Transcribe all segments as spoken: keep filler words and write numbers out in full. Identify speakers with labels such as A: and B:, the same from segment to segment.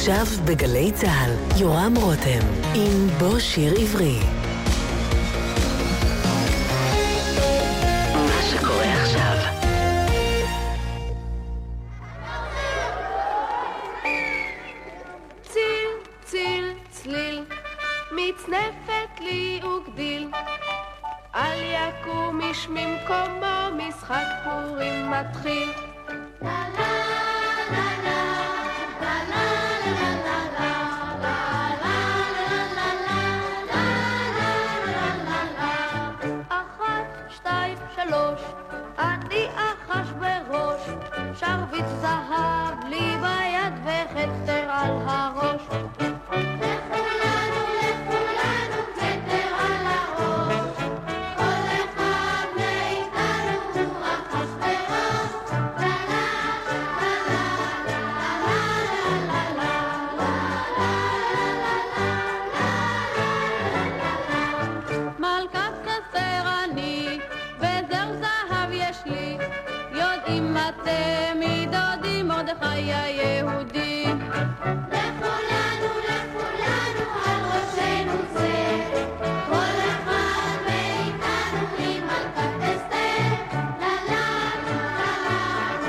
A: עכשיו בגלי צהל, יורם רותם, עם בו שיר עברי. מה שקורה עכשיו.
B: ציל, ציל, צליל, מצנפת לי וגדיל. אל יקום איש ממקומו, משחק פורים מתחיל. שלוש, אני אחש בראש, שרביט זהב לי ביד וחצר על הראש. לכולנו, לכולנו כתר על הראש, כל אחד מאיתנו הוא אחש בראש. לה לה לה לה לה לה לה לה לה לה לה לה לה. מלכת כתר אני יודעים אתם מדודים מרדכי היהודי. לכולנו, לכולנו על ראשנו זה, כל אחד מאיתנו עם מלכת אסתר. לה לה לה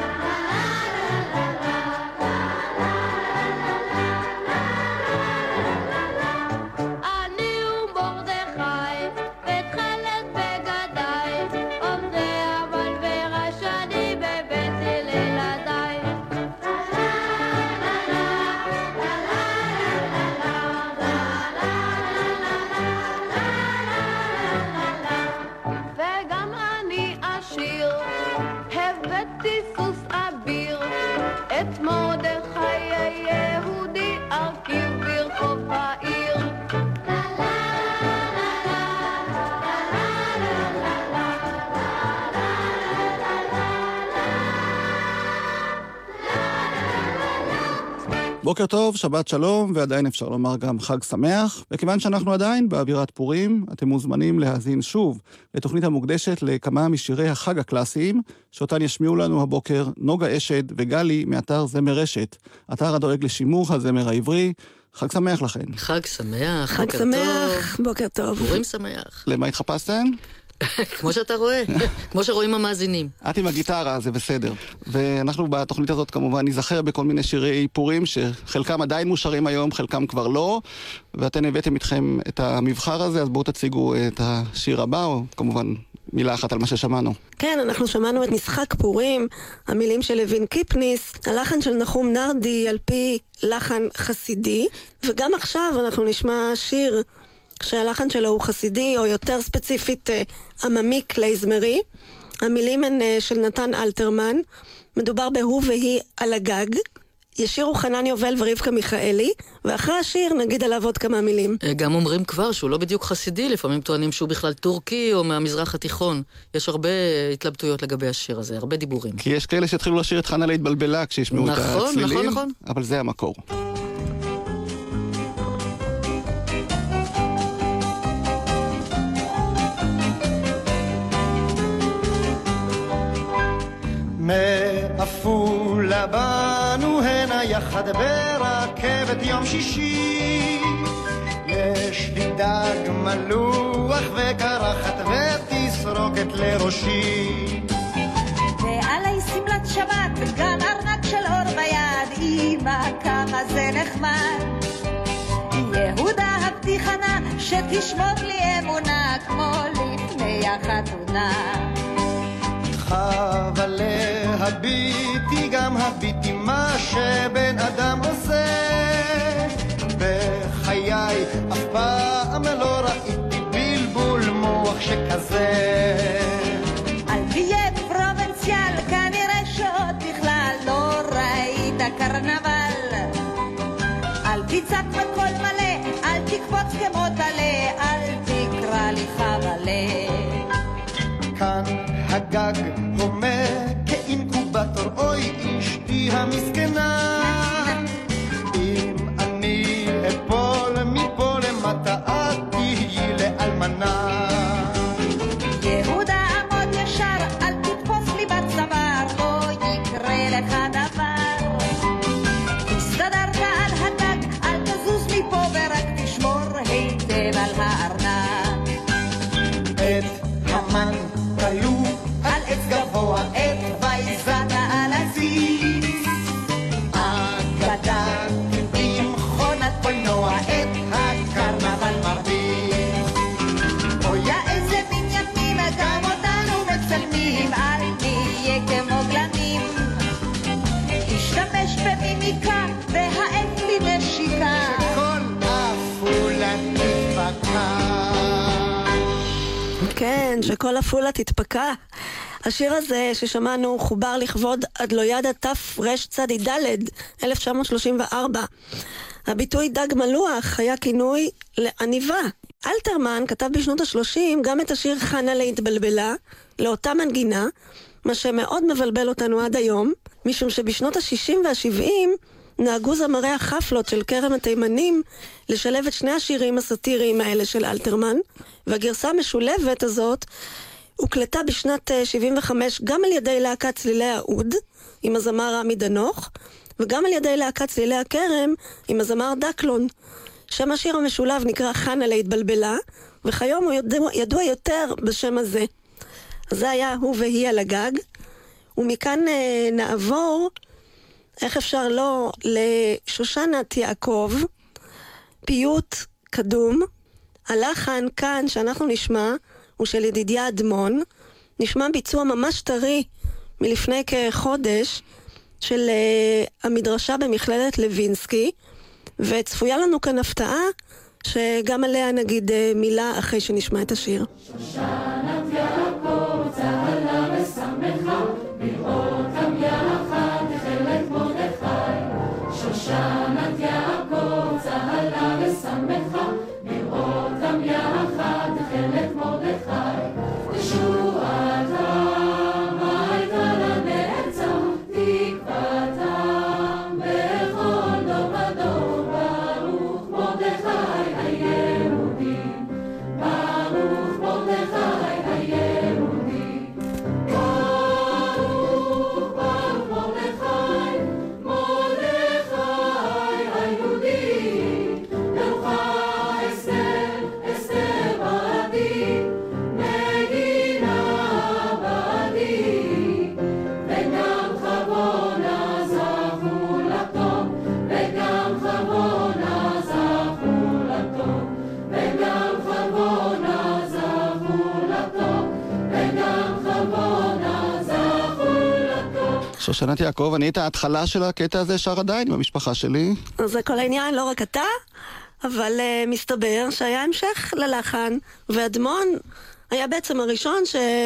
B: לה אני ומרדכי ותכלת בגדיי, עובדי אבל ורשני בבית ילדיי. וגם אני אשיר, הבאתי סוס אביר, את מרדכי היהודי ארכיב ברחוב העיר.
C: בוקר טוב, שבת שלום, ועדיין אפשר לומר גם חג שמח. וכיוון שאנחנו עדיין באווירת פורים, אתם מוזמנים להאזין שוב לתוכנית המוקדשת לכמה משירי החג הקלאסיים, שאותן ישמיעו לנו הבוקר נוגה אשד וגלי מאתר זמר רשת, אתר הדואג לשימור הזמר העברי. חג שמח לכן.
D: חג שמח,
E: חג
D: בוקר
E: שמח,
D: טוב.
E: בוקר טוב.
D: פורים שמח.
C: למה התחפשתם?
D: כמו שאתה רואה, כמו שרואים המאזינים.
C: את עם הגיטרה, זה בסדר. ואנחנו בתוכנית הזאת כמובן נזכר בכל מיני שירי פורים, שחלקם עדיין מושרים היום, חלקם כבר לא, ואתם הבאתם איתכם את המבחר הזה, אז בואו תציגו את השיר הבא, או כמובן מילה אחת על מה ששמענו.
E: כן, אנחנו שמענו את משחק פורים, המילים של לוין קיפניס, הלחן של נחום נרדי על פי לחן חסידי, וגם עכשיו אנחנו נשמע שיר כשהלחן שלו הוא חסידי, או יותר ספציפית עממי קלייזמרי. המילים הן של נתן אלתרמן, מדובר בהוא והיא על הגג. ישירו חנן יובל ורבקה מיכאלי, ואחרי השיר נגיד עליו עוד כמה מילים.
D: גם אומרים כבר שהוא לא בדיוק חסידי, לפעמים טוענים שהוא בכלל טורקי או מהמזרח התיכון. יש הרבה התלבטויות לגבי השיר הזה, הרבה דיבורים.
C: כי יש כאלה שהתחילו לשיר את חנה להתבלבלה כשישמעו
D: נכון,
C: את הצלילים,
D: נכון, נכון.
C: אבל זה המקור.
F: מעפולה באנו הנה יחד ברכבת יום שישי, יש לי דג מלוח וקרחת ותסרוקת לראשי,
G: ועלי סמלת שבת וגם ארנק של אור ביד. אמא כמה זה נחמד, יהודה הבטיחנה שתשמור לי אמונה כמו לפני החתונה.
F: חווה להביטי גם הביטי מה שבן אדם עושה, בחיי אף פעם לא ראיתי בלבול מוח שכזה.
G: על ויית פרובנציאל כנראה שעוד בכלל לא ראית קרנבל, אל תצעק בקול מלא, אל תקפוץ כמו תלה, אל תקרא לי חבלה.
F: כאן הגג הומה כאינקובטור, אוי אשתי המסכנה, אם אני אפול מפה למטה את תהיי לאלמנה.
G: יהודה עמוד ישר, אל תתפוס לי בצוואר, לא יקרה לך דבר. הסתדרת על הדג יניקה והעת לי נשיקה
F: כל עפולה תתפקע.
E: כן, שכל עפולה תתפקע. השיר הזה ששמענו חובר לכבוד אדלוידה תרצ"ד, אלף תשע מאות שלושים וארבע. הביטוי דג מלוח היה כינוי לעניבה. אלתרמן כתב בשנות ה-שלושים גם את השיר חנה להתבלבלה, לאותה מנגינה, מה שמאוד מבלבל אותנו עד היום, משום שבשנות ה-שישים וה-שבעים נהגו זמרי החפלות של כרם התימנים לשלב את שני השירים הסאטיריים האלה של אלתרמן, והגרסה המשולבת הזאת הוקלטה בשנת שבעים וחמש גם על ידי להקת צלילי האוד, עם הזמר רמי דנוך, וגם על ידי להקת צלילי הכרם, עם הזמר דקלון. שם השיר המשולב נקרא חנה להתבלבלה, וכיום הוא ידוע, ידוע יותר בשם הזה. אז זה היה הוא והיא על הגג, ומכאן אה, נעבור, איך אפשר לא, לשושנת יעקב, פיוט קדום. הלחן כאן שאנחנו נשמע הוא של ידידיה אדמון, נשמע ביצוע ממש טרי מלפני כחודש של uh, המדרשה במכללת לוינסקי, וצפויה לנו כאן הפתעה שגם עליה נגיד uh, מילה אחרי שנשמע את השיר.
B: שושנת יעקב צהלה ושמחה לראותם יחד תכלת מרדכי. שושנת יעקב צהלה ושמחה לראותם יחד תכלת מרדכי. תשועתם הייתה לנצח תקוותם בכל דור ודור. ברוך מרדכי היהודי, ברוך מרדכי היהודי, ברוך ברוך מרדכי מרדכי היהודי. נוחה אסתר אסתר בעדי מגינה בעדי, וגם חרבונה זכו לטוב, וגם חרבונה זכו לטוב, וגם חרבונה זכו לטוב, וגם חרבונה זכו לטוב.
C: שושנת יעקב, אני את ההתחלה של הקטע הזה שר עדיין במשפחה שלי.
E: אז זה כל העניין, לא רק אתה, אבל uh, מסתבר שהיה המשך ללחן, ואדמון היה בעצם הראשון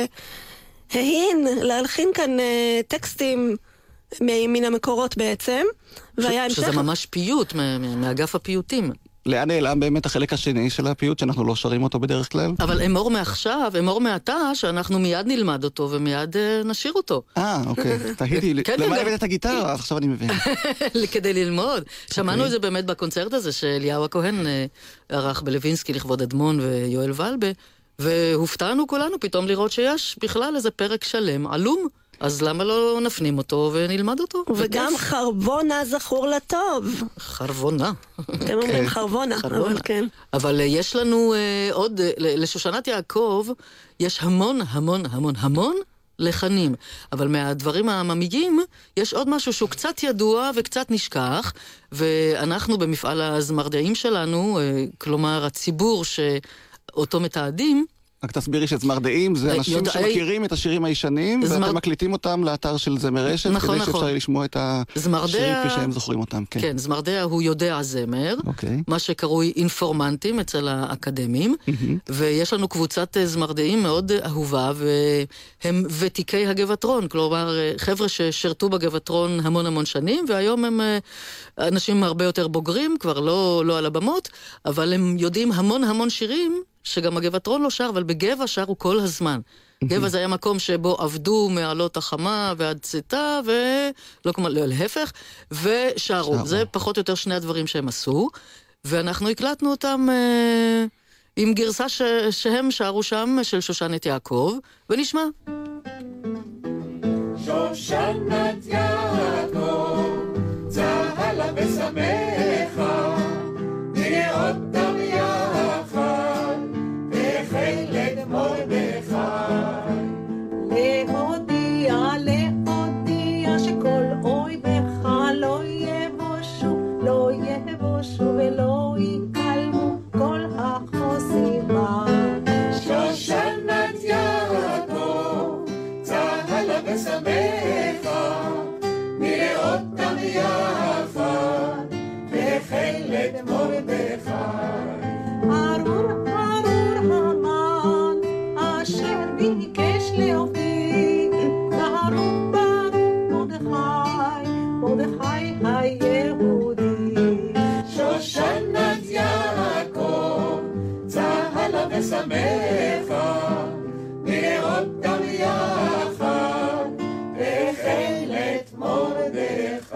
E: שההין להלחין כאן uh, טקסטים מ- מן המקורות בעצם, והיה
D: ש-
E: המשך...
D: שזה ממש פיוט, מה- מה- מאגף הפיוטים.
C: לאן נעלם באמת החלק השני של הפיוט שאנחנו לא שרים אותו בדרך כלל?
D: אבל אמור מעכשיו, אמור מעתה, שאנחנו מיד נלמד אותו ומיד uh, נשיר אותו.
C: אה, אוקיי. תהיתי,
D: כן,
C: למה
D: גם-
C: הבאת את הגיטרה? עכשיו אני מבין.
D: כדי ללמוד. שמענו את זה באמת בקונצרט הזה שאליהו הכהן אה, ערך בלווינסקי לכבוד אדמון ויואל ולבה, והופתענו כולנו פתאום לראות שיש בכלל איזה פרק שלם עלום. אז למה לא נפנים אותו ונלמד אותו?
E: וגם חרבונה זכור לטוב.
D: חרבונה.
E: אתם אומרים חרבונה,
D: חרבונה.
E: אבל כן.
D: אבל אה, יש לנו אה, עוד, אה, לשושנת יעקב יש המון המון המון המון לחנים. אבל מהדברים העממיים יש עוד משהו שהוא קצת ידוע וקצת נשכח, ואנחנו במפעל הזמרדעים שלנו, אה, כלומר הציבור שאותו מתעדים,
C: רק תסבירי שזמרדעים זה אנשים
D: יודע-
C: שמכירים את השירים הישנים,
D: זמר-
C: ואתם מקליטים אותם לאתר של זמר רשת,
D: נכון,
C: כדי
D: נכון.
C: שאפשר יהיה לשמוע את
D: זמרדע-
C: השירים כפי שהם זוכרים אותם. כן.
D: כן, זמרדע הוא יודע זמר,
C: אוקיי.
D: מה שקרוי אינפורמנטים אצל האקדמים, ויש לנו קבוצת אה, זמרדעים מאוד אה, אהובה, והם ותיקי הגבעתרון, כלומר אה, חבר'ה ששרתו בגבעתרון המון המון שנים, והיום הם אה, אנשים הרבה יותר בוגרים, כבר לא, לא על הבמות, אבל הם יודעים המון המון שירים, שגם הגבעתרון לא שר, אבל בגבע שרו כל הזמן. גבע זה היה מקום שבו עבדו מעלות החמה ועד צאתה, ולא כמו, לא, להפך, ושרו.
C: שרו.
D: זה פחות או יותר שני הדברים שהם עשו, ואנחנו הקלטנו אותם אה, עם גרסה ש, שהם שרו שם, של שושנת יעקב, ונשמע.
H: שושנת יעקב, צהלה ושמחה, נראה אותם יחד, תכלת מרדכי.
G: להודיע, להודיע שכל אויביך לא יבושו, לא יבושו ולא יקלמו כל החוסים בה.
H: שושנת יעקב, צהלה ושמחה, נראה אותם יחד, את מרדכי.
G: ארור ארור המן אשר ביקש להוביל ברוך ברוך מרדכי מרדכי היהודי.
H: שושנת יעקב צהלה ושמחה נראות דם יחד בחילת מרדכי.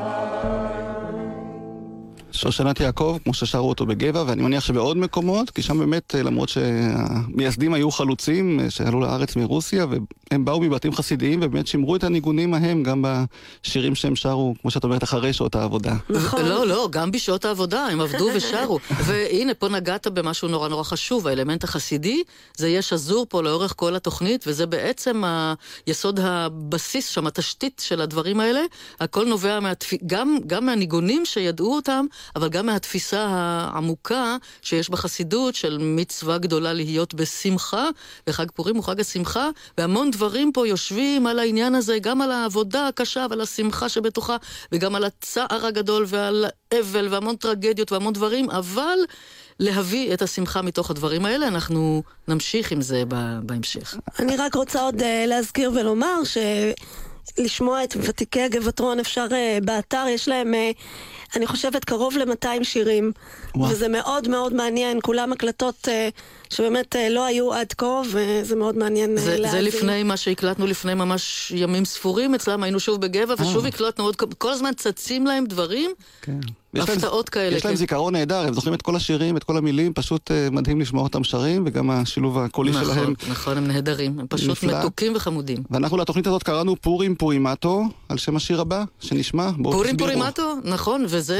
C: שושנת יעקב, כמו ששרו אותו בגבע, ואני מניח שבעוד מקומות, כי שם באמת, למרות שהמייסדים היו חלוצים, שעלו לארץ מרוסיה, והם באו מבתים חסידיים, ובאמת שימרו את הניגונים ההם, גם בשירים שהם שרו, כמו שאת אומרת, אחרי שעות העבודה.
D: נכון. לא, לא, גם בשעות העבודה, הם עבדו ושרו. והנה, פה נגעת במשהו נורא נורא חשוב, האלמנט החסידי, זה יהיה שזור פה לאורך כל התוכנית, וזה בעצם היסוד הבסיס שם, התשתית של הדברים האלה, הכל נובע גם, גם מהניגונים שידעו אותם, אבל גם מהתפיסה העמוקה שיש בחסידות של מצווה גדולה להיות בשמחה, וחג פורים הוא חג השמחה, והמון דברים פה יושבים על העניין הזה, גם על העבודה הקשה ועל השמחה שבתוכה, וגם על הצער הגדול ועל אבל והמון טרגדיות והמון דברים, אבל להביא את השמחה מתוך הדברים האלה, אנחנו נמשיך עם זה בהמשך.
E: אני רק רוצה עוד להזכיר ולומר ש... לשמוע את ותיקי הגבעתרון אפשר uh, באתר, יש להם, uh, אני חושבת, קרוב ל-מאתיים שירים. וואו. וזה מאוד מאוד מעניין, כולם הקלטות uh, שבאמת uh, לא היו עד כה, וזה מאוד מעניין
D: זה,
E: להבין.
D: זה לפני מה שהקלטנו לפני ממש ימים ספורים אצלם, היינו שוב בגבע, ושוב הקלטנו עוד, כל הזמן צצים להם דברים, כן. הפתעות כאלה.
C: יש להם זיכרון נהדר, הם זוכרים את כל השירים, את כל המילים, פשוט מדהים לשמוע אותם שרים, וגם השילוב הקולי שלהם.
D: נכון, הם נהדרים, הם פשוט מתוקים וחמודים.
C: ואנחנו לתוכנית הזאת קראנו פורים פורימטו, על שם השיר הבא, שנשמע.
D: פורים פורימטו, נכון, וזה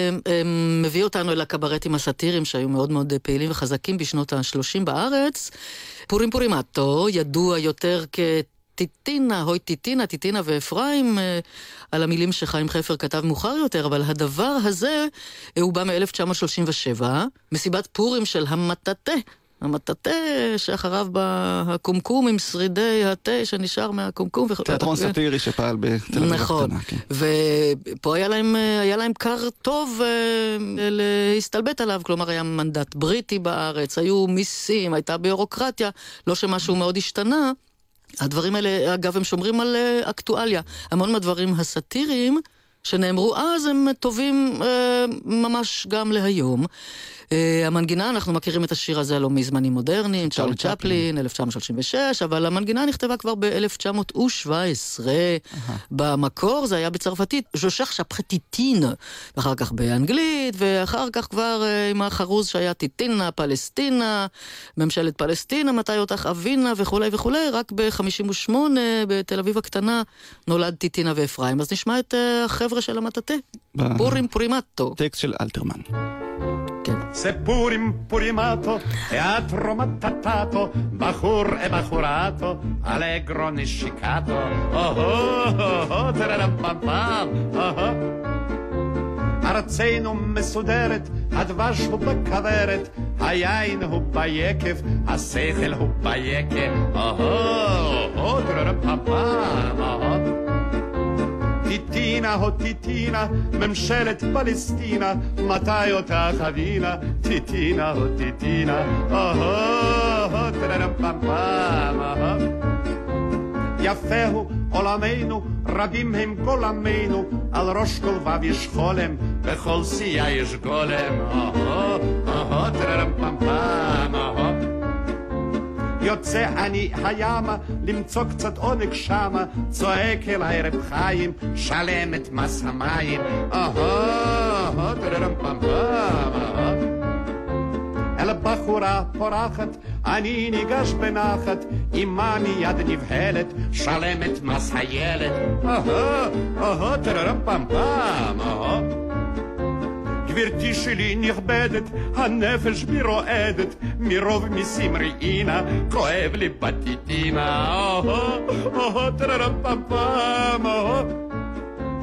D: מביא אותנו אל הקברטים הסאטיריים, שהיו מאוד מאוד פעילים וחזקים בשנות ה-שלושים בארץ. פורים פורימטו ידוע יותר כ... טיטינה, הוי טיטינה, טיטינה ואפרים, על המילים שחיים חפר כתב מאוחר יותר, אבל הדבר הזה הוא בא מ-אלף תשע מאות שלושים ושבע, מסיבת פורים של המטאטה, המטאטה שאחריו בקומקום עם שרידי התה שנשאר מהקומקום.
C: תיאטרון סאטירי שפעל בתל אביב.
D: נכון, ופה היה להם, היה להם קר טוב להסתלבט עליו, כלומר היה מנדט בריטי בארץ, היו מיסים, הייתה ביורוקרטיה, לא שמשהו מאוד השתנה, הדברים האלה, אגב, הם שומרים על uh, אקטואליה. המון מהדברים הסאטיריים שנאמרו אז הם טובים uh, ממש גם להיום. Uh, המנגינה, אנחנו מכירים את השיר הזה לא מזמנים מודרניים, צ'רלי צ'פלין, אלף תשע מאות שלושים ושש, אבל המנגינה נכתבה כבר ב-אלף תשע מאות שבע עשרה. במקור זה היה בצרפתית, ז'ושך שפחטיטין, ואחר כך באנגלית, ואחר כך כבר uh, עם החרוז שהיה טיטינה, פלסטינה, ממשלת פלסטינה, מתי אותך אבינה וכו' וכו', רק ב-חמישים ושמונה בתל אביב הקטנה נולד טיטינה ואפרים. אז נשמע את uh, החבר'ה של המטאטה, פורים פורימטו.
C: טקסט של אלתרמן.
I: Se purim purimato, teatro mattatato, bachur e bachurato, allegro niscicato, oh oh oh oh, tererampam, oh oh. ארצנו מסודרת, הדבש הוא בכוורת, היין הוא ביקב, השכל הוא ביקב, oh oh oh, tererampam, oh oh. טיטינה, הו טיטינה, ממשלת פלסטינה, מתי אותה חבינה? טיטינה, הו טיטינה, אהו, תררם פם פם, אהו. יפה הוא עולמנו, רבים הם כל עמנו, על ראש כל וו יש חולם, בכל סייה יש גולם, אהו, אהו, תררם פם פם, אהו. יוצא אני הימה, למצוא קצת עונג שמה, צועק אל הערב חיים, שלם את מס המים. אהו, תררם פם פם, אהו. אל בחורה פורחת, אני ניגש בנחת, אמא מיד נבהלת, שלם את מס הילד. אהו, אהו, תררם פם פם, אהו. גברתי שלי נכבדת, הנפש בי רועדת, מרוב מיסים ראינה, כואב לי בטיטינה, אהו, אהו, תררם פם פם, אהו.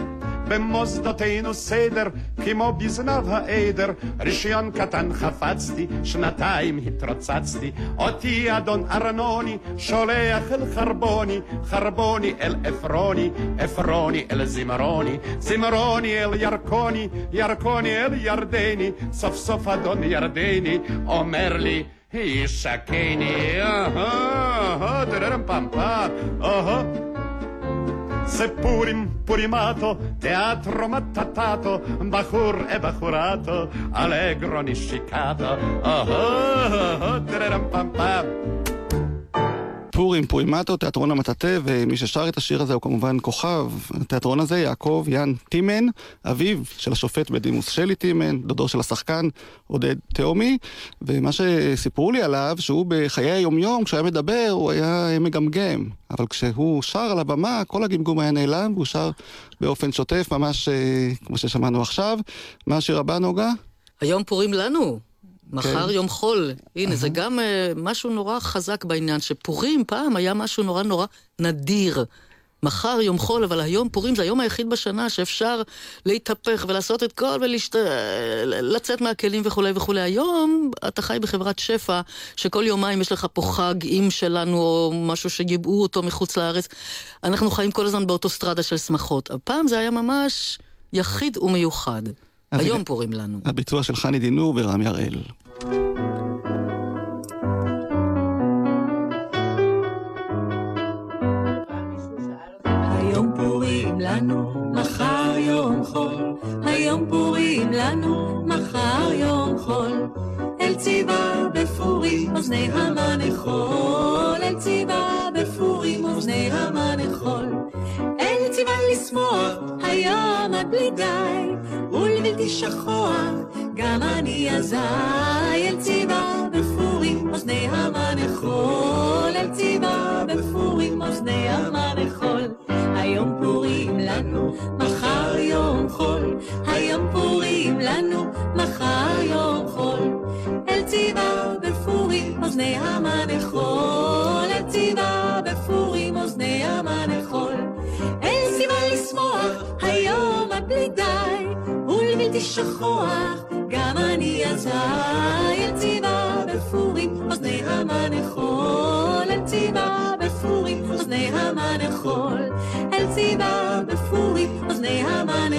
I: במוסדותינו סדר, כמו בזנב העדר. רישיון קטן חפצתי, שנתיים התרוצצתי. אותי אדון ארנוני שולח אל חרבוני, חרבוני אל אפרוני, אפרוני אל זמרוני, זמרוני אל ירקוני, ירקוני אל ירדני. סוף סוף אדון ירדני אומר לי, ישקני, אהה, דררם פם פם, אהה. זה פורים, פורימטו, תיאטרו מטטטו, בחור ובחורתו, אלגרו נשיקתו, אהה, דררם פם פם.
C: פורים, פורימטו, תיאטרון המטאטה, ומי ששר את השיר הזה הוא כמובן כוכב. התיאטרון הזה, יעקב יאן טימן, אביו של השופט בדימוס שלי טימן, דודו של השחקן עודד תאומי, ומה שסיפרו לי עליו, שהוא בחיי היומיום, כשהיה מדבר, הוא היה מגמגם, אבל כשהוא שר על הבמה, כל הגמגום היה נעלם, והוא שר באופן שוטף, ממש כמו ששמענו עכשיו. מה השיר הבא, נוגה?
D: היום פורים לנו. מחר
C: כן.
D: יום חול. הנה, זה גם uh, משהו נורא חזק בעניין, שפורים פעם היה משהו נורא נורא נדיר. מחר יום חול, אבל היום פורים זה היום היחיד בשנה שאפשר להתהפך ולעשות את כל ולשת... לצאת מהכלים וכו' וכו'. היום אתה חי בחברת שפע, שכל יומיים יש לך פה חג עם שלנו, או משהו שיבאו אותו מחוץ לארץ. אנחנו חיים כל הזמן באוטוסטרדה של שמחות. הפעם זה היה ממש יחיד ומיוחד. היום פורים לנו.
C: הביצוע של חני דינור ורמי הראל.
J: היום פורים לנו, מחר יום חול. היום פורים לנו, מחר יום חול. אל ציבה בפורים אוזני המן החול. אל ציבה בפורים אוזני המן החול. אל ציבה לשמוח היום עד בלי די, ולבלתי שכוח גם אני אזי. אל ציבה בפורים אוזני המן החול. אל ציבה בפורים אוזני המן החול. היום פורים לנו, מחר יום חול. היום פורים לנו, מחר יום חול. אל ציבה בפורים אוזני המן החול. אל ציבה בפורים אוזני המן החול. אל ציבה לשמוח היום עד בלי די, ולבלתי שכוח גם אני אזי. אל ציבה בפורים אוזני המן החול. אל ציבה בפורים אוזני המן החול. אל ציבה בפורים אוזני המן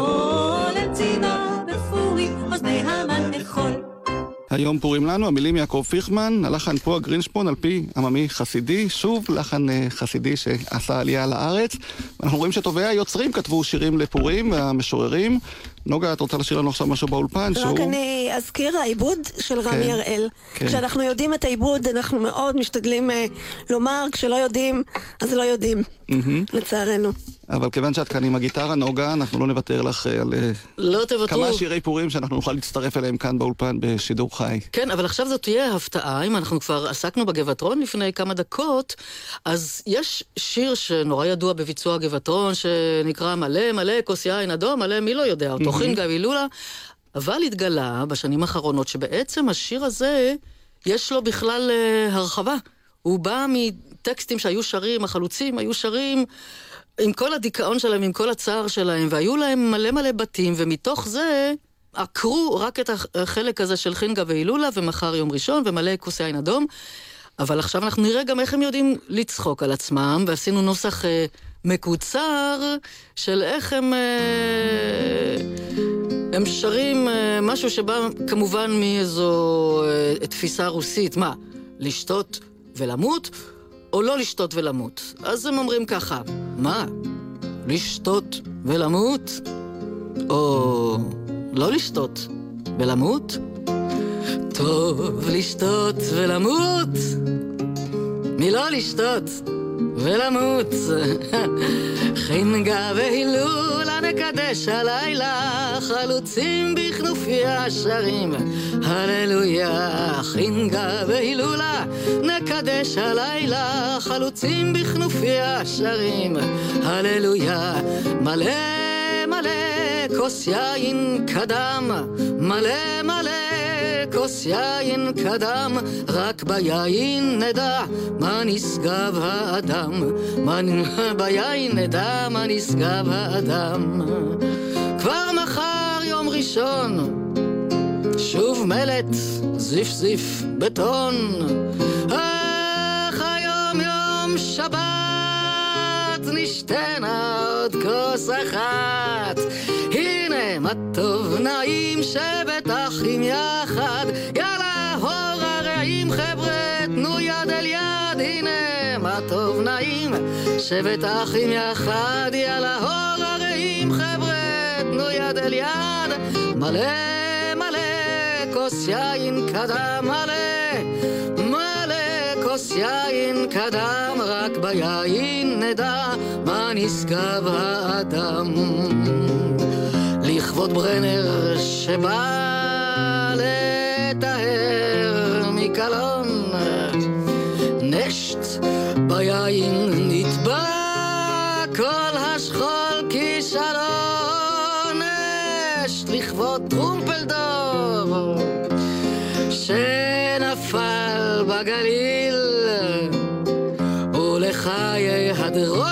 J: החול. אל ציבה בפורים אוזני המן החול.
C: היום פורים לנו, המילים יעקב פיכמן, הלחן פוע גרינשפון על פי עממי חסידי, שוב לחן חסידי שעשה עלייה לארץ. אנחנו רואים שטובי היוצרים כתבו שירים לפורים, והמשוררים. נוגה, את רוצה לשיר לנו עכשיו משהו באולפן?
E: רק שהוא... אני אזכיר, העיבוד של רמי כן, הראל. כן. כשאנחנו יודעים את העיבוד, אנחנו מאוד משתדלים אה, לומר, כשלא יודעים, אז לא יודעים, mm-hmm. לצערנו.
C: אבל כיוון שאת כאן עם הגיטרה, נוגה, אנחנו לא נוותר לך על
D: לא
C: כמה שירי פורים שאנחנו נוכל להצטרף אליהם כאן באולפן בשידור חי.
D: כן, אבל עכשיו זאת תהיה הפתעה, אם אנחנו כבר עסקנו בגבעתרון לפני כמה דקות, אז יש שיר שנורא ידוע בביצוע הגבעתרון, שנקרא מלא מלא כוס יין אדום, מלא מי לא יודע אותו, חינגה וילולה, אבל התגלה בשנים האחרונות שבעצם השיר הזה יש לו בכלל uh, הרחבה. הוא בא מטקסטים שהיו שרים, החלוצים היו שרים עם כל הדיכאון שלהם, עם כל הצער שלהם, והיו להם מלא מלא בתים, ומתוך זה עקרו רק את החלק הזה של חינגה וילולה, ומחר יום ראשון, ומלא כוס יין אדום. אבל עכשיו אנחנו נראה גם איך הם יודעים לצחוק על עצמם, ועשינו נוסח אה, מקוצר של איך הם אה, הם שרים אה, משהו שבא כמובן מאיזו אה, תפיסה רוסית. מה? לשתות ולמות? או לא לשתות ולמות? אז הם אומרים ככה, מה? לשתות ולמות? או לא לשתות ולמות? טוב לשתות ולמות, מלא לשתות ולמות. חינגה והילולה נקדש הלילה, חלוצים בכנופיה שרים הללויה. חינגה והילולה נקדש הלילה, חלוצים בכנופיה שרים הללויה. מלא מלא כוס יין קדם, מלא מלא כוס יין קדם, רק ביין נדע מה נשגב האדם, מה ביין נדע מה נשגב האדם. כבר מחר יום ראשון, שוב מלט, זיף זיף בטון, אך היום יום שבת, נשתנה עוד כוס אחת. הנה מה טוב נעים שבטח עם יחד, יאללה הור הרעים חבר'ה תנו יד אל יד. הנה מה טוב נעים שבטח עם יחד, יאללה הור הרעים חבר'ה תנו יד אל יד. מלא מלא כוס יין קדם, מלא מלא כוס יין קדם, רק ביין נדע מה נשגב האדם. לכבוד ברנר שבא לטהר מקלון, נשט ביין נטבע כל השכול כישלון. נשט לכבוד טרומפלדור שנפל בגליל, ולחיי הדרור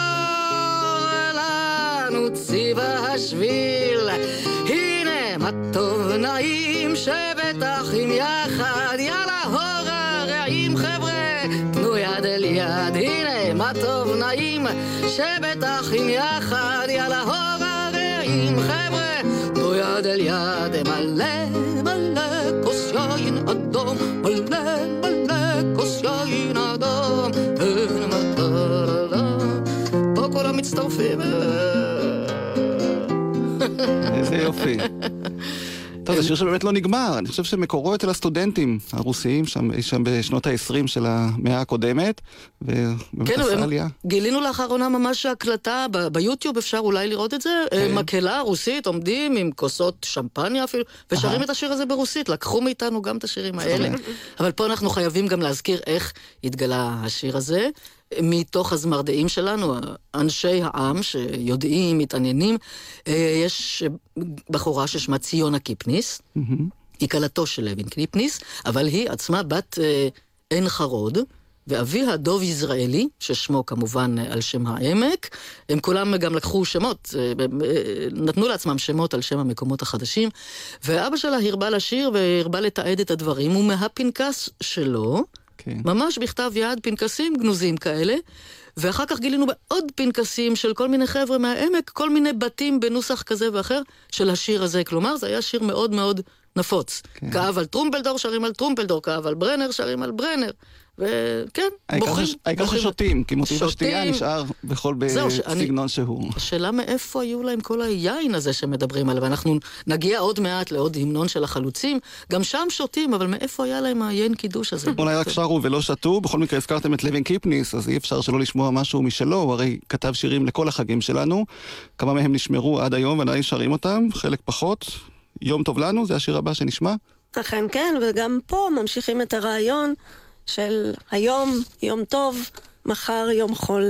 D: לנו ציווה השביל. הנה מה טוב נעים שבטח עם יחד, יאללה הור הרעים חבר'ה תנו יד אל יד. הנה מה טוב נעים שבטח עם יחד, יאללה הור הרעים חבר'ה תנו יד אל יד. מלא מלא כוס יין אדום, מלא מלא כוס יין אדום. פה כולם מצטרפים.
C: איזה יופי. טוב, זה שיר שבאמת לא נגמר. אני חושב שמקורו אצל הסטודנטים הרוסיים, שם, שם בשנות ה-עשרים של המאה הקודמת, ובאמת עשה עלייה.
D: גילינו לאחרונה ממש הקלטה, ב- ביוטיוב אפשר אולי לראות את זה, כן. מקהלה רוסית, עומדים עם כוסות שמפניה אפילו, ושרים את השיר הזה ברוסית. לקחו מאיתנו גם את השירים האלה. אבל פה אנחנו חייבים גם להזכיר איך התגלה השיר הזה. מתוך הזמרדעים שלנו, אנשי העם שיודעים, מתעניינים, יש בחורה ששמה ציונה קיפניס, היא קלתו של לוין קיפניס, אבל היא עצמה בת עין חרוד, ואביה דוב יזרעאלי, ששמו כמובן על שם העמק. הם כולם גם לקחו שמות, נתנו לעצמם שמות על שם המקומות החדשים, ואבא שלה הרבה לשיר והרבה לתעד את הדברים, ומהפנקס שלו, כן. ממש בכתב יד, פנקסים גנוזים כאלה, ואחר כך גילינו בעוד פנקסים של כל מיני חבר'ה מהעמק, כל מיני בתים בנוסח כזה ואחר של השיר הזה. כלומר, זה היה שיר מאוד מאוד נפוץ. כן. כאב על טרומפלדור, שרים על טרומפלדור, כאב על ברנר, שרים על ברנר. וכן, בוחרים.
C: העיקר ששותים, כי מוטיב השתייה נשאר בכל בסגנון שהוא.
D: השאלה מאיפה היו להם כל היין הזה שמדברים עליו, ואנחנו נגיע עוד מעט לעוד המנון של החלוצים, גם שם שותים, אבל מאיפה היה להם היין קידוש הזה?
C: אולי רק שרו ולא שתו, בכל מקרה הזכרתם את לוין קיפניס, אז אי אפשר שלא לשמוע משהו משלו, הוא הרי כתב שירים לכל החגים שלנו, כמה מהם נשמרו עד היום ועדיין שרים אותם, חלק פחות. יום טוב לנו, זה השיר הבא שנשמע.
E: אכן כן, וגם פה ממשיכים את הרעיון של היום יום טוב, מחר יום חול.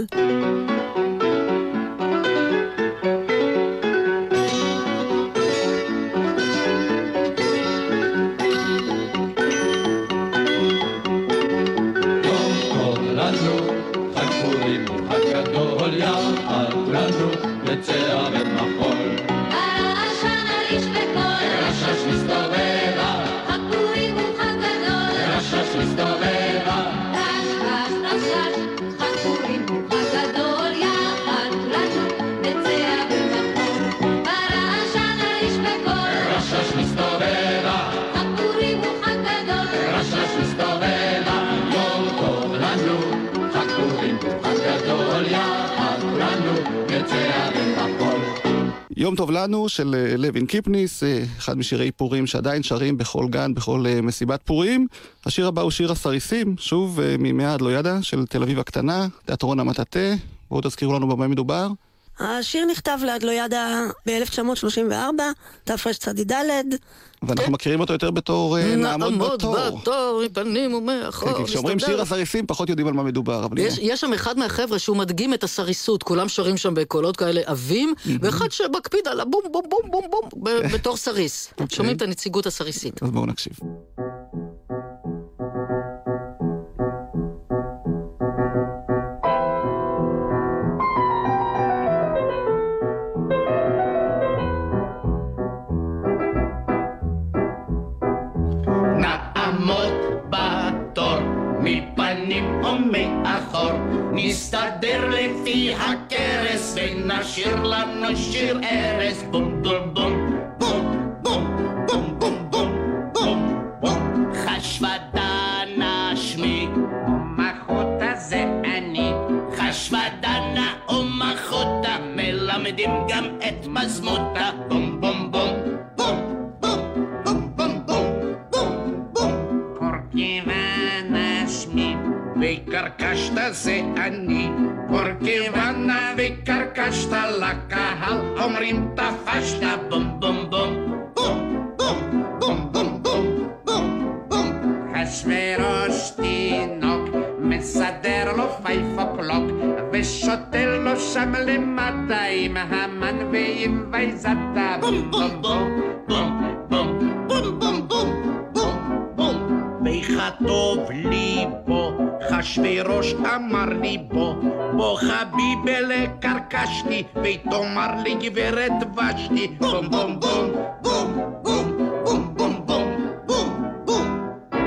C: יום טוב לנו של לוין קיפניס, אחד משירי פורים שעדיין שרים בכל גן, בכל מסיבת פורים. השיר הבא הוא שיר הסריסים, שוב מימי עד לא ידע, של תל אביב הקטנה, תיאטרון המטאטה. בואו תזכירו לנו במה מדובר.
E: השיר נכתב לאדלוידה ב-אלף תשע מאות שלושים וארבע, תפרש צדי ד'.
C: ואנחנו מכירים אותו יותר בתור נעמוד בתור.
D: נעמוד בתור, מפנים ומאחור.
C: כשאומרים שיר הסריסים, פחות יודעים על מה מדובר.
D: יש שם אחד מהחבר'ה שהוא מדגים את הסריסות, כולם שרים שם בקולות כאלה אבים, ואחד שמקפיד על הבום בום בום בום בום בתור סריס. שומעים את הנציגות הסריסית.
C: אז בואו נקשיב.
H: מפנים ומאחור נסתדר לפי הקרס ונשאיר לנו שיר ארס בום בום בום בום בום בום בום בום בום בום חשוודנה שמי ומחותה זה אני חשוודנה ומחותה מלמדים גם את מזמותה בום בום בום בום וקרקשת זה אני, פורקיבנה וקרקשת לקהל, אומרים תפשת בום בום בום בום בום בום בום בום בום בום חשוורוש תינוק, מסדר לו פייפו קלוק, ושוטל לו שם למטה עם המן ועם וייזתה בום בום בום בום בום בום בום בום בום וכתוב לי בו חשוורוש אמר לי בו בו חביבה לקרקשתי ותאמר לי גברת ושתי בום בום בום בום בום בום בום בום בום בום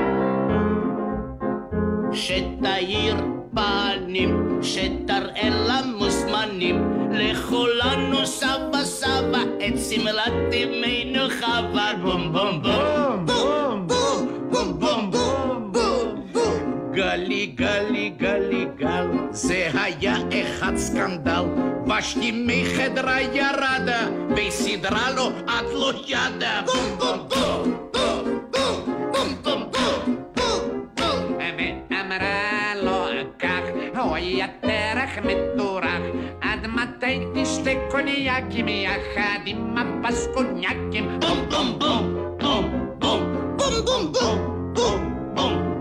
H: שתאיר פנים שתראה למוזמנים לכולנו סבא סבא את סמלת ימינו חווה בום בום בום בום בום בום בום בום גלי גלי גלי גל זה היה אחד סקנדל ושתי מחדרה ירדה וסידרה לו עד לא ידה בום בום בום בום בום בום בום בום בום ואמרה לו כך אוי התרח מטורח עד מתי תשתה קוניאקים יחד עם הפסקוניאקים בום בום בום בום בום בום בום בום בום בום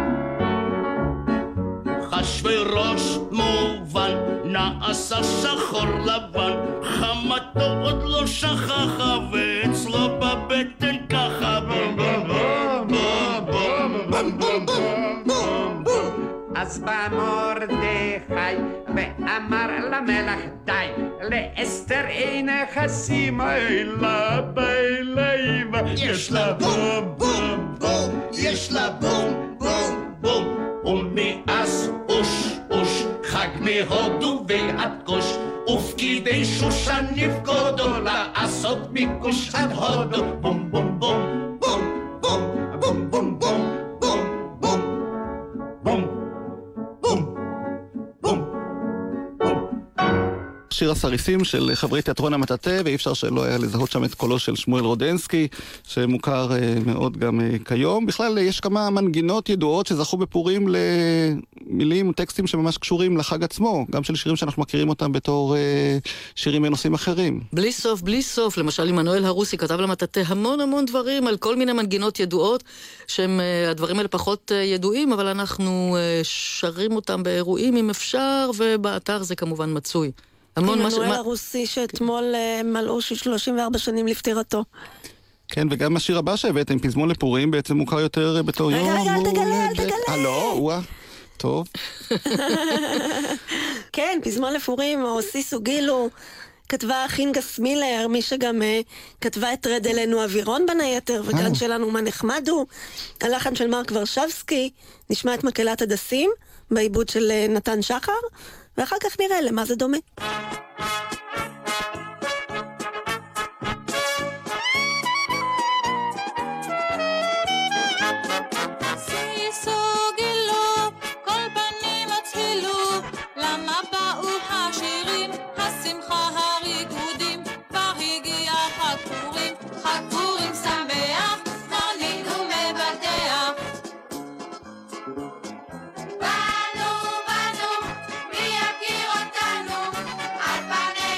H: חשוורוש מובן נעשה שחור לבן חמתו עוד לא שכחה ואצלו בבטן ככה בום בום בום בום בום בום בום בום בום אז בא מרדכי ואמר למלך די לאסתר אין נכסים אלא בליבה יש לה בום בום בום יש לה בום בום בום ומאז אוש אוש חג מהודו ועד כוש ופקידי שושן נפקודו לעשות מכוש עד הודו בום בום בום בום בום בום בום בום בום בום בום
C: שיר הסריסים של חברי תיאטרון המטאטה, ואי אפשר שלא היה לזהות שם את קולו של שמואל רודנסקי, שמוכר מאוד גם כיום. בכלל, יש כמה מנגינות ידועות שזכו בפורים למילים וטקסטים שממש קשורים לחג עצמו, גם של שירים שאנחנו מכירים אותם בתור שירים מנושאים אחרים.
D: בלי סוף, בלי סוף. למשל, עמנואל הרוסי כתב למטאטה המון המון דברים על כל מיני מנגינות ידועות, שהם, הדברים האלה פחות ידועים, אבל אנחנו שרים אותם באירועים אם אפשר, ובאתר זה כמובן מצוי.
E: עמנואל הרוסי שאתמול מלאו שלושים וארבע שנים לפטירתו.
C: כן, וגם השיר הבא שהבאתם, פזמון לפורים, בעצם מוכר יותר בתור יום.
E: רגע, רגע, אל תגלה, אל תגלה.
C: אה, לא, וואה, טוב.
E: כן, פזמון לפורים, או סיסו גילו, כתבה חינגס מילר, מי שגם כתבה את רד אלינו אווירון בין היתר, וגם שלנו מה נחמדו. הלחן של מרק ורשבסקי, נשמע את מקהלת הדסים, בעיבוד של נתן שחר, ואחר כך נראה למה זה דומה.
H: באנו, באנו, מי יכיר אותנו, על פני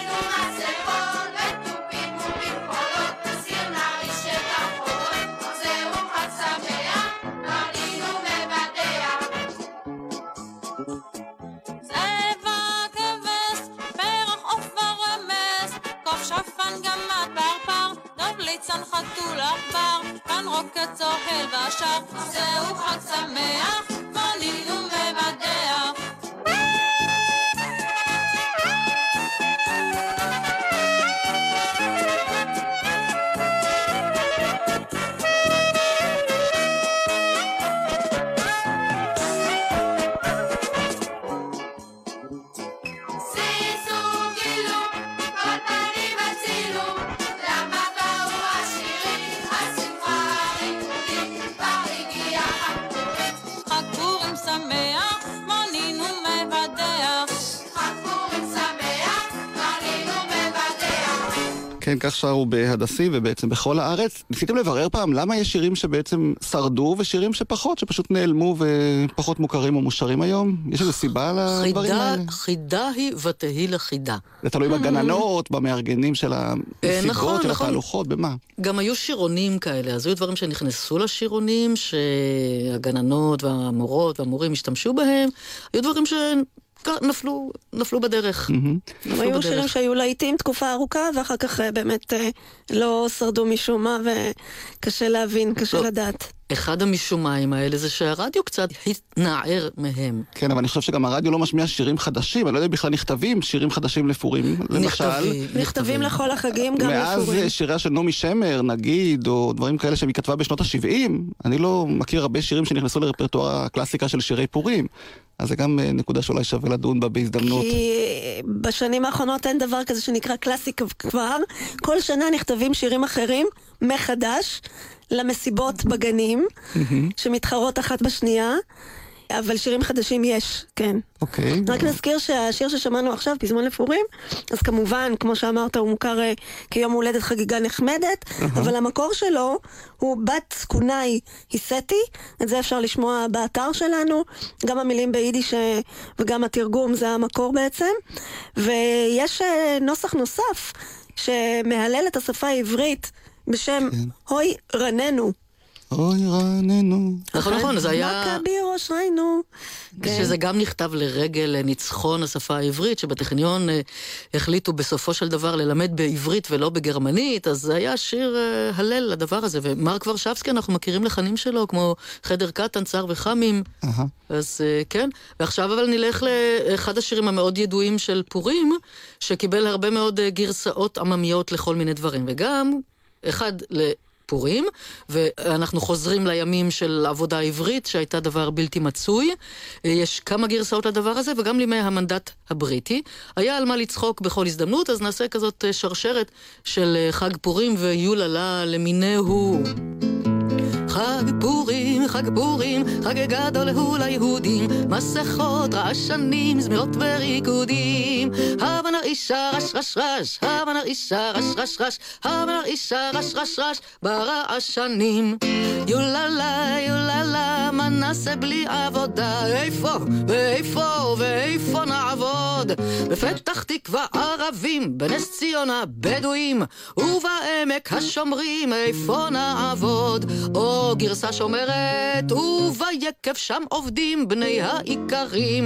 J: קטן רוקד צוחל ושר, זהו חג שמח, מוליד ומבדח.
C: כן, כך שרו בהדסים ובעצם בכל הארץ. ניסיתם לברר פעם למה יש שירים שבעצם שרדו ושירים שפחות, שפשוט נעלמו ופחות מוכרים או מושרים היום? יש איזו סיבה לדברים האלה?
D: חידה היא ותהי לחידה.
C: זה תלוי בגננות, במארגנים של המסיבות, של התהלוכות, במה?
D: גם היו שירונים כאלה, אז היו דברים שנכנסו לשירונים, שהגננות והמורות והמורים השתמשו בהם, היו דברים ש... נפלו, נפלו בדרך.
E: היו שירים שהיו לעיתים תקופה ארוכה, ואחר כך באמת לא שרדו משום מה, וקשה להבין, קשה לדעת.
D: אחד המשומיים האלה זה שהרדיו קצת התנער מהם.
C: כן, אבל אני חושב שגם הרדיו לא משמיע שירים חדשים, אני לא יודע בכלל נכתבים שירים חדשים לפורים, למשל.
E: נכתבים לכל החגים גם לפורים.
C: מאז שיריה של נעמי שמר, נגיד, או דברים כאלה שהיא כתבה בשנות ה-שבעים, אני לא מכיר הרבה שירים שנכנסו לרפרטואר הקלאסיקה של שירי פורים. אז זה גם נקודה שאולי שווה לדון בה בהזדמנות.
E: כי בשנים האחרונות אין דבר כזה שנקרא קלאסיקה כבר. כל שנה נכתבים שירים אחרים מחדש למסיבות בגנים, שמתחרות אחת בשנייה, אבל שירים חדשים יש, כן.
C: אוקיי.
E: רק נזכיר שהשיר ששמענו עכשיו, פזמון לפורים, אז כמובן, כמו שאמרת, הוא מוכר כיום הולדת חגיגה נחמדת, אבל המקור שלו הוא בת קונאי היסטי, את זה אפשר לשמוע באתר שלנו, גם המילים ביידיש וגם התרגום זה המקור בעצם, ויש נוסח נוסף שמהלל את השפה העברית בשם הוי רננו.
C: אוי רננו.
D: נכון, נכון, זה היה...
E: מכה בירוש ריינו.
D: שזה גם נכתב לרגל ניצחון השפה העברית, שבטכניון החליטו בסופו של דבר ללמד בעברית ולא בגרמנית, אז זה היה שיר הלל לדבר הזה, ומרק ורשבסקי, אנחנו מכירים לחנים שלו, כמו חדר קטן, צער וחמים, אז כן. ועכשיו אבל נלך לאחד השירים המאוד ידועים של פורים, שקיבל הרבה מאוד גרסאות עממיות לכל מיני דברים, וגם אחד ל... פורים, ואנחנו חוזרים לימים של עבודה עברית, שהייתה דבר בלתי מצוי. יש כמה גרסאות לדבר הזה, וגם לימי המנדט הבריטי. היה על מה לצחוק בכל הזדמנות, אז נעשה כזאת שרשרת של חג פורים ויוללה למיניהו. חג פורים, חג פורים, חג גדול הוא ליהודים, מסכות, רעשנים, זמירות וריקודים. הבה נרעישה רש רש רש, הבה נרעישה רש רש רש, הבה נרעישה רש רש רש ברעשנים. יוללה, יוללה, מה נעשה בלי עבודה? איפה ואיפה ואיפה נעבוד? בפתח תקווה ערבים, בנס ציונה בדואים, ובעמק השומרים, איפה נעבוד? או גרסה שאומרת, וביקב שם עובדים בני העיקרים.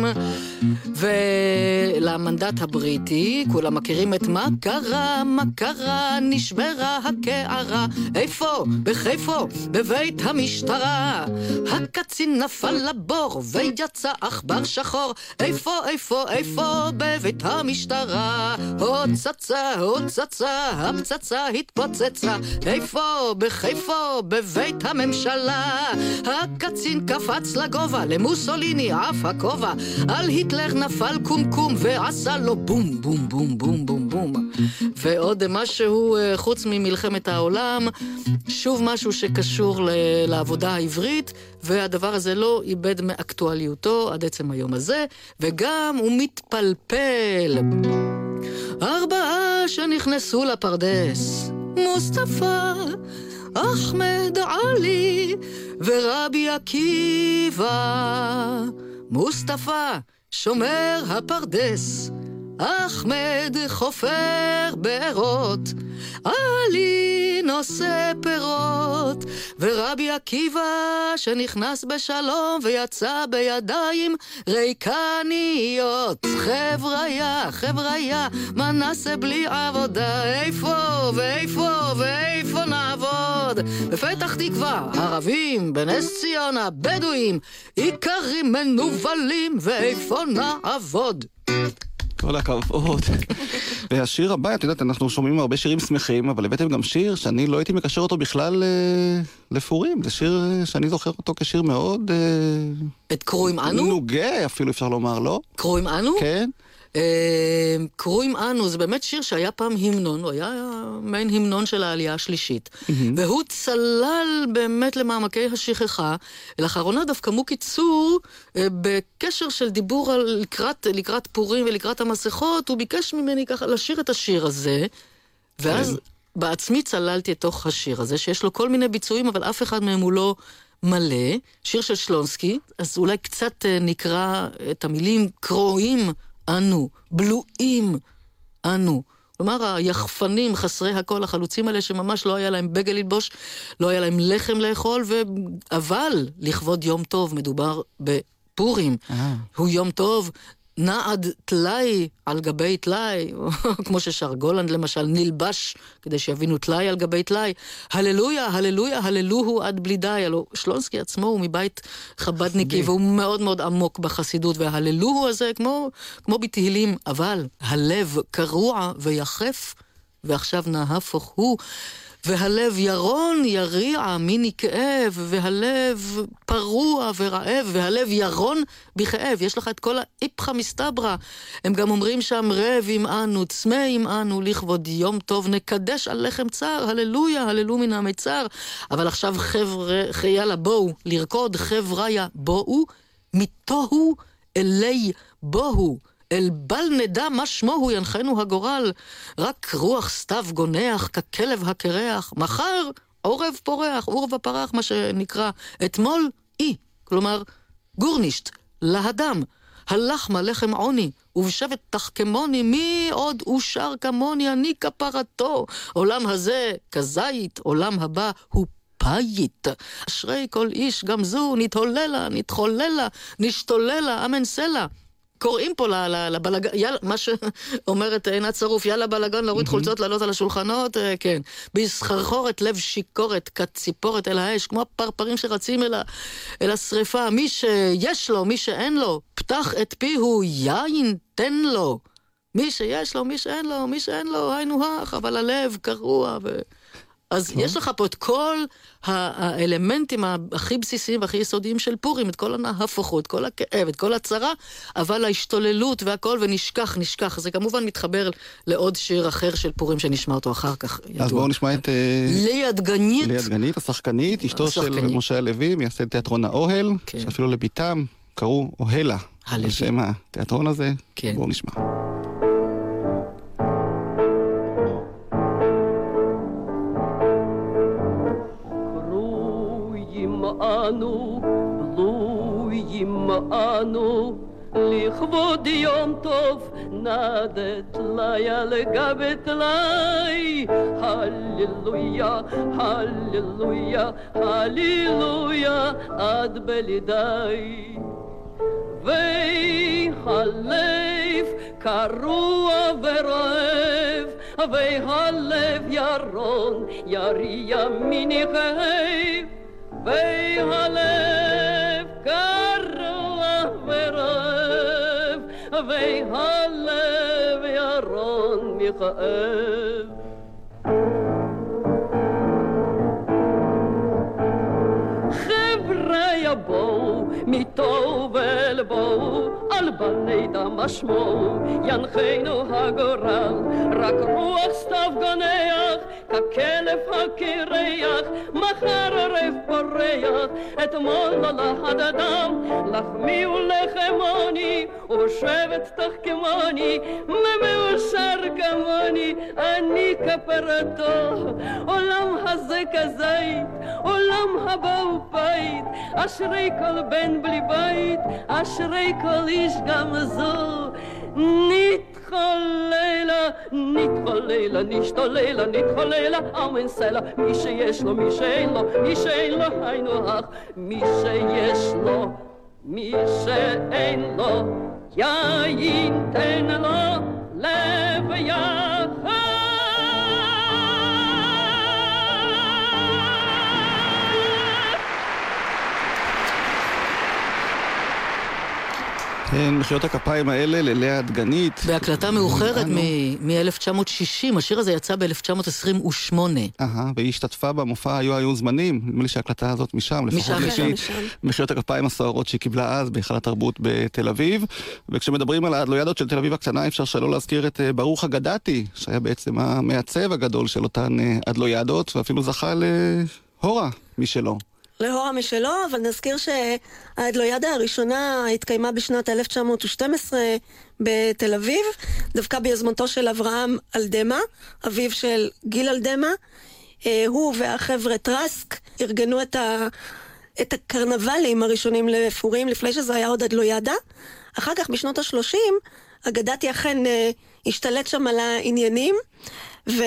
D: ולמנדט הבריטי, כולם מכירים את מה קרה, מה קרה, נשברה הקערה. איפה? בחיפה, בבית המשטרה. הקצין נפל לבור ויצא עכבר שחור. איפה, איפה, איפה, בבית המשטרה. הוצצה, הוצצה, הפצצה התפוצצה. איפה? בחיפה, בבית הממשלה. הקצין קפץ לגובה, למוסוליני עף הכובע. על היטלר נפל קומקום ועשה לו בום בום בום בום בום בום. ועוד משהו חוץ ממלחמת העולם, שוב משהו שקשור ל- לעבודה העברית, והדבר הזה לא איבד מאקטואליותו עד עצם היום הזה, וגם הוא מתפלפל. ארבעה שנכנסו לפרדס, מוסטפא, אחמד עלי ורבי עקיבא. מוסטפא שומר הפרדס, אחמד חופר בארות, עלי נושא פירות, ורבי עקיבא שנכנס בשלום ויצא בידיים ריקניות. חבריה, חבריה, מה נעשה בלי עבודה? איפה ואיפה ואיפה נעבוד? בפתח תקווה, ערבים, בנס ציונה, בדואים, עיקרים מנובלים, ואיפה נעבוד?
C: כל הכבוד. והשיר הבא, את יודעת, אנחנו שומעים הרבה שירים שמחים, אבל הבאתם גם שיר שאני לא הייתי מקשר אותו בכלל לפורים. זה שיר שאני זוכר אותו כשיר מאוד...
D: את קרואים אנו?
C: נוגה, אפילו אפשר לומר, לא?
D: קרואים אנו?
C: כן.
D: קרואים אנו, זה באמת שיר שהיה פעם המנון, הוא היה מעין המנון של העלייה השלישית, והוא צלל באמת למעמקי השכחה. לאחרונה דווקא מוקי צור, בקשר של דיבור על לקראת, לקראת פורים ולקראת המסכות, הוא ביקש ממני ככה לשיר את השיר הזה, ואז בעצמי צללתי לתוך השיר הזה, שיש לו כל מיני ביצועים, אבל אף אחד מהם הוא לא מלא. שיר של שלונסקי, אז אולי קצת נקרא את המילים קרואים אנו, בלואים אנו. כלומר, היחפנים, חסרי הכל, החלוצים האלה שממש לא היה להם בגל ללבוש, לא היה להם לחם לאכול, ו... אבל לכבוד יום טוב, מדובר בפורים. אה. הוא יום טוב, נעד תלאי על גבי תלאי, כמו ששר גולנד למשל, נלבש כדי שיבינו תלאי על גבי תלאי. הללויה, הללויה, הללוהו עד בלי די. הלוא שלונסקי עצמו הוא מבית חבדניקי, והוא מאוד מאוד עמוק בחסידות, וההללוהו הזה כמו, כמו בתהילים, אבל הלב קרוע ויחף, ועכשיו נהפוך הוא, והלב ירון יריע מיני כאב, והלב פרוע ורעב, והלב ירון בכאב. יש לך את כל האיפכה מסתברה. הם גם אומרים שם רב עם אנו, צמא עם אנו, לכבוד יום טוב, נקדש על לחם צר, הללויה, הללו מן המצר. אבל עכשיו חבר'ה, יאללה בואו, לרקוד, חבר'יה בואו, מתוהו אלי בואו. אל בל נדע מה שמו הוא ינחנו הגורל, רק רוח סתיו גונח ככלב הקרח, מחר עורב פורח, עורב הפרח, מה שנקרא, אתמול אי, כלומר גורנישט, להדם, הלחמה לחם עוני, ובשבת תחכמוני, מי עוד אושר כמוני, אני כפרתו, עולם הזה כזית, עולם הבא הוא פייט. אשרי כל איש גם זו, נתהוללה, נתחוללה, נשתוללה, אמן סלע. קוראים פה לבלגן, יאללה, מה שאומרת עינת צרוף, יאללה בלגן, להוריד חולצות, לעלות על השולחנות, כן. בסחרחורת לב שיקורת, כציפורת אל האש, כמו הפרפרים שרצים אל, אל השריפה. מי שיש לו, מי שאין לו, פתח את פיהו, יין תן לו. מי שיש לו, מי שאין לו, מי שאין לו, היינו הך, אבל הלב קרוע ו... אז יש לך פה את כל האלמנטים הכי בסיסיים והכי יסודיים של פורים, את כל הנהפכות, את כל הכאב, את כל הצרה, אבל ההשתוללות והכל, ונשכח, נשכח. זה כמובן מתחבר לעוד שיר אחר של פורים שנשמע אותו אחר כך.
C: אז בואו נשמע את...
D: ליה דגנית.
C: ליה דגנית, השחקנית, אשתו של משה הלוי, מייסד תיאטרון האוהל, שאפילו לביתם קראו אוהלה. בשם התיאטרון הזה. בואו נשמע.
K: אנו, בלויים אנו, לכבוד יום טוב, נדת לי על גבי תלי. הללויה, הללויה, הללויה, עד בלי די. והלב קרוע ורעב, והלב ירון יריע מיני כאב. והלב קרוע ורעב, והלב ירון מכאב. חבר'ה בואו, מטוב אל בואו, על בני דם השמו, ינחנו הגורל. רק רוח סתיו גונח, ככלב הקרח, מחר ערב פורח, אתמול נולד אדם. לחמי ולחמוני, ובשבת תחכמוני, ממאושר כמוני, אני כפרתו. עולם הזה כזית, עולם הבא הוא בית, אשרי כל בן בלי בית, אשרי כל איש גם זו. נתחוללה, נתחוללה, נשתוללה, נתחוללה, אמן סלע. מי שיש לו, מי שאין לו, מי שאין לו, היינו הך. מי שיש לו, מי שאין לו, יין תן לו, לב יחד.
C: כן, מחיאות הכפיים האלה ללאה דגנית.
D: בהקלטה מאוחרת מ-אלף תשע מאות שישים, השיר הזה יצא ב-אלף תשע מאות עשרים ושמונה.
C: אהה, והיא השתתפה במופע היו היו זמנים, נדמה לי שההקלטה הזאת משם, לפחות לפי מחיאות הכפיים הסוערות שהיא קיבלה אז בהיכל התרבות בתל אביב. וכשמדברים על האדלוידות של תל אביב הקטנה, אפשר שלא להזכיר את ברוך אגדתי, שהיה בעצם המעצב הגדול של אותן אדלוידות, ואפילו זכה להורה משלו.
E: להורה משלו, אבל נזכיר שהאדלוידה הראשונה התקיימה בשנת אלף תשע מאות ושתים עשרה בתל אביב, דווקא ביוזמתו של אברהם אלדמה, אביו של גיל אלדמה. הוא והחבר'ה טרסק ארגנו את, ה... את הקרנבלים הראשונים לפורים, לפני שזה היה עוד אדלוידה. אחר כך בשנות ה-שלושים, אגדתי אכן השתלט שם על העניינים, ו...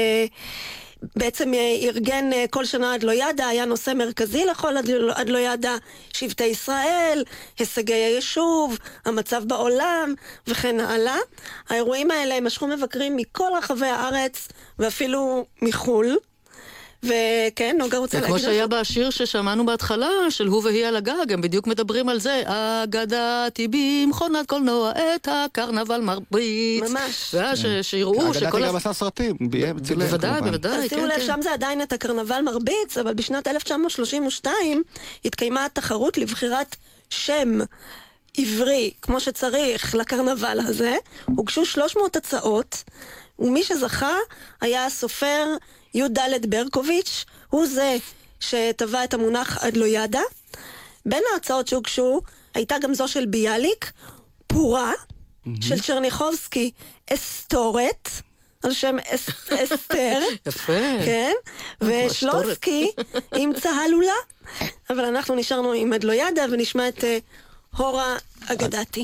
E: בעצם ארגן כל שנה אדלוידה, היה נושא מרכזי לכל אדלוידה, שבטי ישראל, הישגי היישוב, המצב בעולם וכן הלאה. האירועים האלה משכו מבקרים מכל רחבי הארץ ואפילו מחול. וכן, נוגה רוצה להגיד...
D: כמו שהיה בשיר ששמענו בהתחלה, של הוא והיא על הגג, הם בדיוק מדברים על זה. אגדתי במכונת קולנוע את הקרנבל מרביץ.
E: ממש.
D: שיראו שכל...
C: אגדתי גם עשה סרטים, צילם.
D: בוודאי, בוודאי.
E: אז תראו לב, שם זה עדיין את הקרנבל מרביץ, אבל בשנת אלף תשע מאות שלושים ושתיים התקיימה התחרות לבחירת שם עברי, כמו שצריך, לקרנבל הזה. הוגשו שלוש מאות הצעות, ומי שזכה היה הסופר יהודה ברקוביץ', הוא זה שטבע את המונח אדלוידה. בין ההצעות שהוגשו הייתה גם זו של ביאליק, פורה, mm-hmm. של צ'רניחובסקי, אסתורת, על שם אס, אסתר.
D: יפה.
E: כן, ושלוסקי עם צהלולה. אבל אנחנו נשארנו עם אדלוידה ונשמע את uh, הורה אגדתי.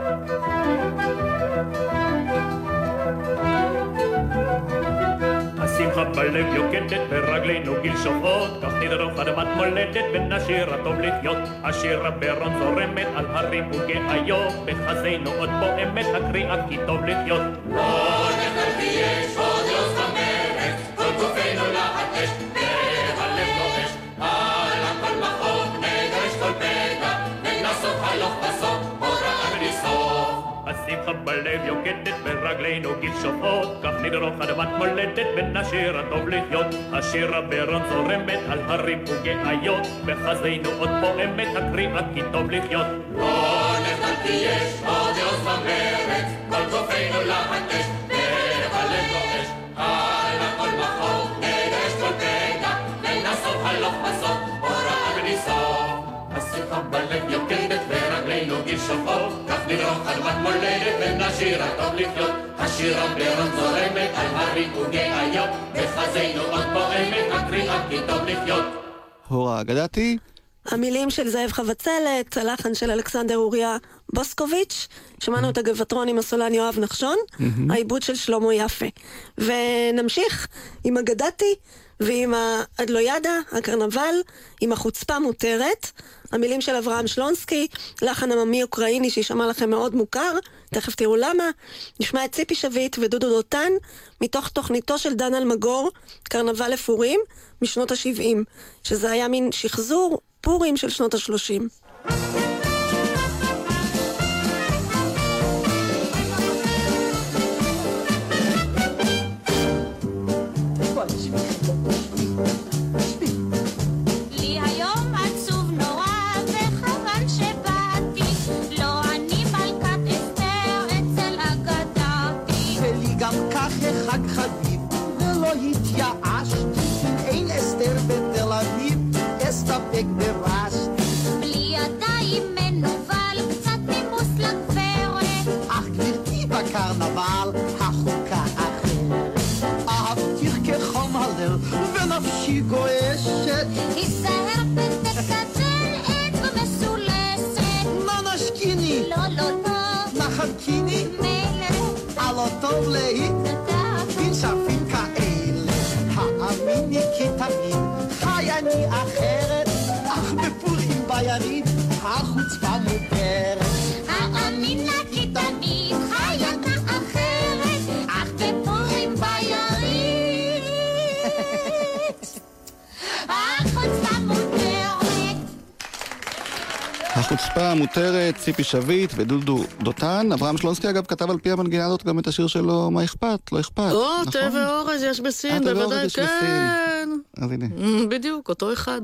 L: השמחה בלב יוקדת ברגלינו גיל שופעות, כך נדרוך אדמת מולדת ונשיר הטוב לחיות. השיר הברון זורמת על הרים וגאיות, בחזינו עוד פועמת הקריאה כי טוב לחיות. לא נחלתי יש עוד יוס במרץ, כל גופנו להטש והלב לא אש. על הכל מחוק נגרש כל פגע, וננסות הלוך בסוף הוראה בלי סוף. השמחה בלב יוקדת ברגלינו גיל שופעות, כך נדרוך אדמת מולדת ונשיר הטוב לחיות. השיר הברון זורמת על הרים וגאיות, בחזינו עוד פועמת הקריאה כי טוב לחיות. לא נחלתי יש עוד יוס במרץ, כל גופנו להטש והלב לא אש. על הכל מחוק נגרש כל פגע, ונסוף הלוך בסוף הוראה בלי סוף. השמחה בלב יוקדת ברגלינו גיל שופעות, כך נדרוך אדמת מולדת ונשיר הטוב לחיות. השיר הברון זורמת על הרים וגאיות, בחזינו עוד פועמת הקריאה כי טוב לחיות.
C: הורה אגדתי.
E: המילים של זאב חבצלת, הלחן של אלכסנדר אוריה בוסקוביץ', שמענו את הגבעתרון עם הסולן יואב נחשון, העיבוד של שלמה יפה. ונמשיך עם אגדתי ועם האדלוידה, הקרנבל, עם החוצפה מותרת, המילים של אברהם שלונסקי, לחן עממי אוקראיני שישמע לכם מאוד מוכר, תכף תראו למה. נשמע את ציפי שביט ודודו דותן, מתוך תוכניתו של דן אלמגור, קרנבל לפורים, משנות ה-שבעים, שזה היה מין שחזור פורים של שנות ה-שלושים.
M: אסתפק ברשתי
B: בלי ידיים מנובל, קצת נימוס לגברת.
M: אך גברתי בקרנבל החוקה אחרת. אהבתיך כחום הלב ונפשי גועשת.
B: היזהר ותקבל את במסולסת.
M: לא נשקיני,
B: לא לא לא,
M: נחבקיני
B: מלך
M: הלא טוב להיט בנשפים כאלה. האמיני כי תמיד חי אני אחרת, אך בפורים ביריד החוצפה מותרת.
B: האמין לה כי תמיד חי אתה אחרת, אך בפורים ביריד החוצפה מותרת.
C: החוצפה המותרת, ציפי שביט ודודו דותן. אברהם שלונסקי אגב כתב על פי המנגינה הזאת גם את השיר שלו מה אכפת, לא אכפת.
D: או, תה ואורז יש בסין, בוודאי, כן.
C: אז הנה.
D: בדיוק, אותו אחד.